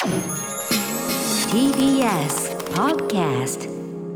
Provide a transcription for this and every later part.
TBS Podcast。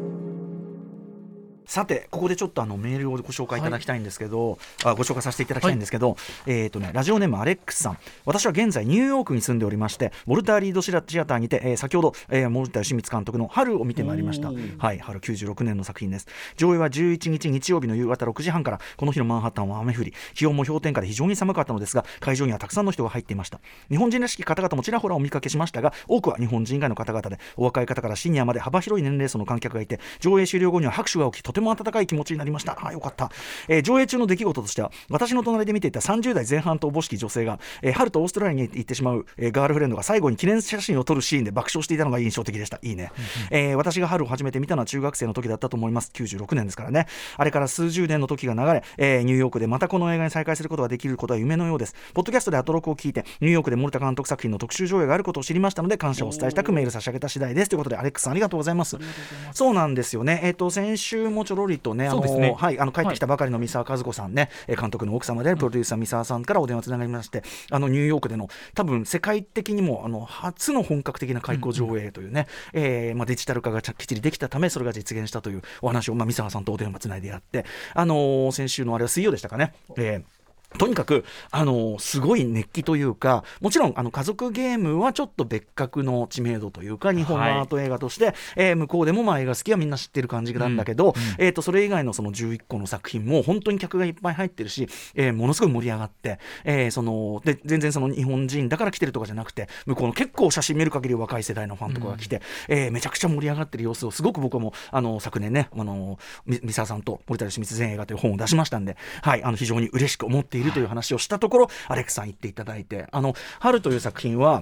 さてここでちょっとメールをご紹介いただきたいんですけど、ご紹介させていただきたいんですけど、ラジオネームアレックスさん。私は現在ニューヨークに住んでおりまして、ウォルターリードシアターにて、先ほど、森田芳光監督の春を見てまいりました。はい、春96年の作品です。上映は11日日曜日の夕方6時半から。この日のマンハッタンは雨降り、気温も氷点下で非常に寒かったのですが、会場にはたくさんの人が入っていました。日本人らしき方々もちらほらお見かけしましたが、多くは日本人以外の方々で、お若い方からシニアまで幅広い年齢層の観客がいて、上映終了後には拍手が起き、とても温かい気持ちになりました。よかった。上映中の出来事としては、私の隣で見ていた30代前半とおぼしき女性が、春とオーストラリアに行ってしまう、ガールフレンドが最後に記念写真を撮るシーンで爆笑していたのが印象的でした。いいね。私が春を初めて見たのは中学生の時だったと思います。96年ですからね。あれから数十年の時が流れ、ニューヨークでまたこの映画に再会することができることは夢のようです。ポッドキャストでアトロクを聞いて、ニューヨークで森田監督作品の特集上映があることを知りましたので、感謝をお伝えしたくメール差し上げた次第です。ということで、アレックスさんありがとうございます。そうなんですよね。先週もちょろりとね、はい、帰ってきたばかりの三沢和子さんね、監督の奥様であるプロデューサー三沢さんからお電話つながりまして、ニューヨークでの多分世界的にも初の本格的な開講上映というね、デジタル化がきっちりできたためそれが実現したというお話を、三沢さんとお電話つないでやって、先週のあれは水曜でしたかね。とにかくすごい熱気というか、もちろん家族ゲームはちょっと別格の知名度というか、日本のアート映画として、向こうでも映画好きはみんな知ってる感じなんだけど、それ以外のその11個の作品も本当に客がいっぱい入ってるし、ものすごい盛り上がって、で全然その日本人だから来てるとかじゃなくて、向こうの結構写真見る限り若い世代のファンとかが来て、めちゃくちゃ盛り上がってる様子をすごく僕も昨年ね、三沢さんと森田芳光全映画という本を出しましたんで、はい、非常に嬉しく思っているという話をしたところ、アレックさん言っていただいて、春という作品は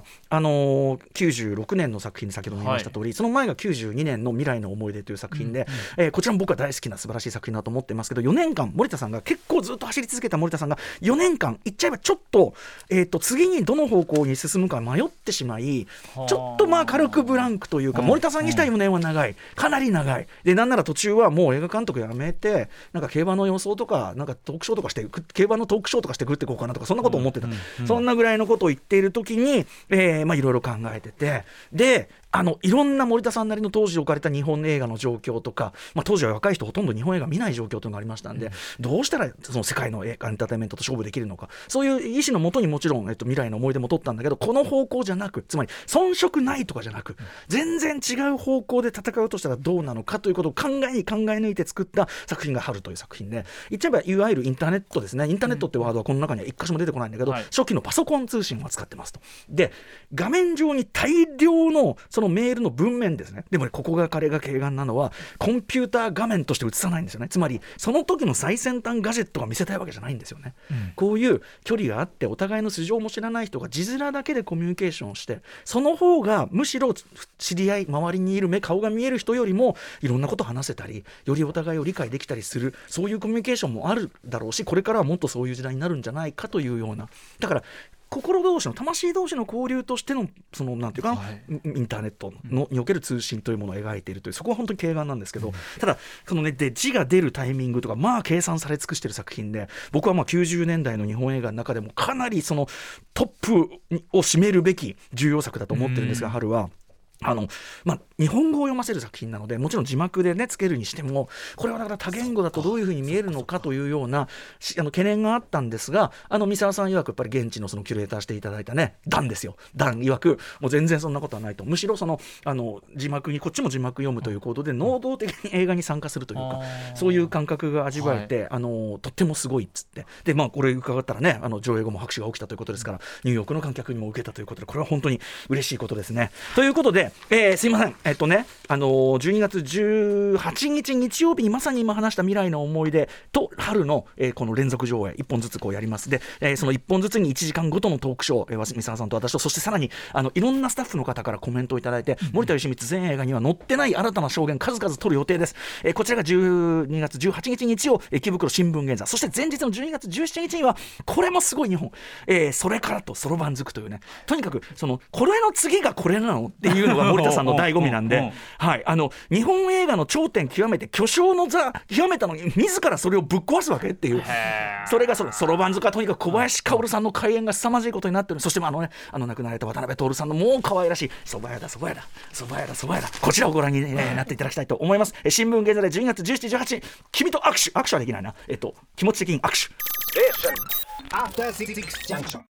96年の作品に先ほども言いました通り、その前が92年の未来の思い出という作品で、こちらも僕は大好きな素晴らしい作品だと思っていますけど、4年間森田さんが結構ずっと走り続けた森田さんが4年間言っちゃえばちょっと、次にどの方向に進むか迷ってしまい、ちょっと軽くブランクというか、森田さんにした4年は長い、かなり長いで、なんなら途中はもう映画監督やめて、なんか競馬の予想とかなんかトークショーとかして競馬のトークショーとかして食っていこうかなとか、そんなことを思ってた、そんなぐらいのことを言っている時に、いろいろ考えてて、でいろんな森田さんなりの当時置かれた日本映画の状況とか、当時は若い人ほとんど日本映画見ない状況というのがありましたんで、どうしたらその世界のエンターテインメントと勝負できるのか、そういう意思のもとにもちろん、未来の思い出も撮ったんだけど、この方向じゃなく、つまり遜色ないとかじゃなく、全然違う方向で戦うとしたらどうなのかということを考え抜いて作った作品が春という作品で、言っちゃえばいわゆるインターネットですね。インターネットってワードはこの中には一箇所も出てこないんだけど、初期のパソコン通信を使ってますと。で、画面上に大量のそのメールの文面ですね。でもね、ここが彼が軽眼なのは、コンピューター画面として映さないんですよね。つまりその時の最先端ガジェットが見せたいわけじゃないんですよね。こういう距離があってお互いの素性も知らない人が字面だけでコミュニケーションをして、その方がむしろ知り合い、周りにいる顔が見える人よりもいろんなことを話せたり、よりお互いを理解できたりする、そういうコミュニケーションもあるだろうし、これからはもっとそういう時代になるんじゃないかというような、だから心同士の魂同士の交流としてのそのなんていうか、インターネットにおける通信というものを描いているという、そこは本当に軽眼なんですけど、ただそのね、で字が出るタイミングとか計算され尽くしている作品で、僕は90年代の日本映画の中でもかなりそのトップを占めるべき重要作だと思ってるんですが、春は日本語を読ませる作品なので、もちろん字幕でねつけるにしても、これはだから多言語だとどういうふうに見えるのかというような懸念があったんですが、三沢さん曰くやっぱり現地のそのキュレーターしていただいたね、ダンですよ。ダン曰くもう全然そんなことはないと、むしろその字幕にこっちも字幕読むということで能動的に映画に参加するというか、そういう感覚が味わえて、とってもすごいっつって、でこれ伺ったらね、上映後も拍手が起きたということですから、ニューヨークの観客にも受けたということで、これは本当に嬉しいことですね。ということで、すいません、12月18日日曜日にまさに今話した未来の思い出と春の、この連続上映1本ずつこうやりますで、その1本ずつに1時間ごとのトークショー、三沢さんと私と、そしてさらにいろんなスタッフの方からコメントをいただいて、森田芳光全映画には載ってない新たな証言数々取る予定です。こちらが12月18日日曜池袋新聞現座、そして前日の12月17日にはこれもすごい日本、それからとそろばんづくというね、とにかくこれの次がこれなのっていうののが森田さんの醍醐味なんで、はい、日本映画の頂点極めて巨匠の座極めたのに自らそれをぶっ壊すわけっていう、それがそろばん塚とにかく小林薫さんの開演が凄まじいことになってる。そして亡くなられた渡辺徹さんのもう可愛らしい蕎麦屋だこちらをご覧に、なっていただきたいと思います。新聞現在で12月17、18日君と握手はできないな、気持ち的に握手。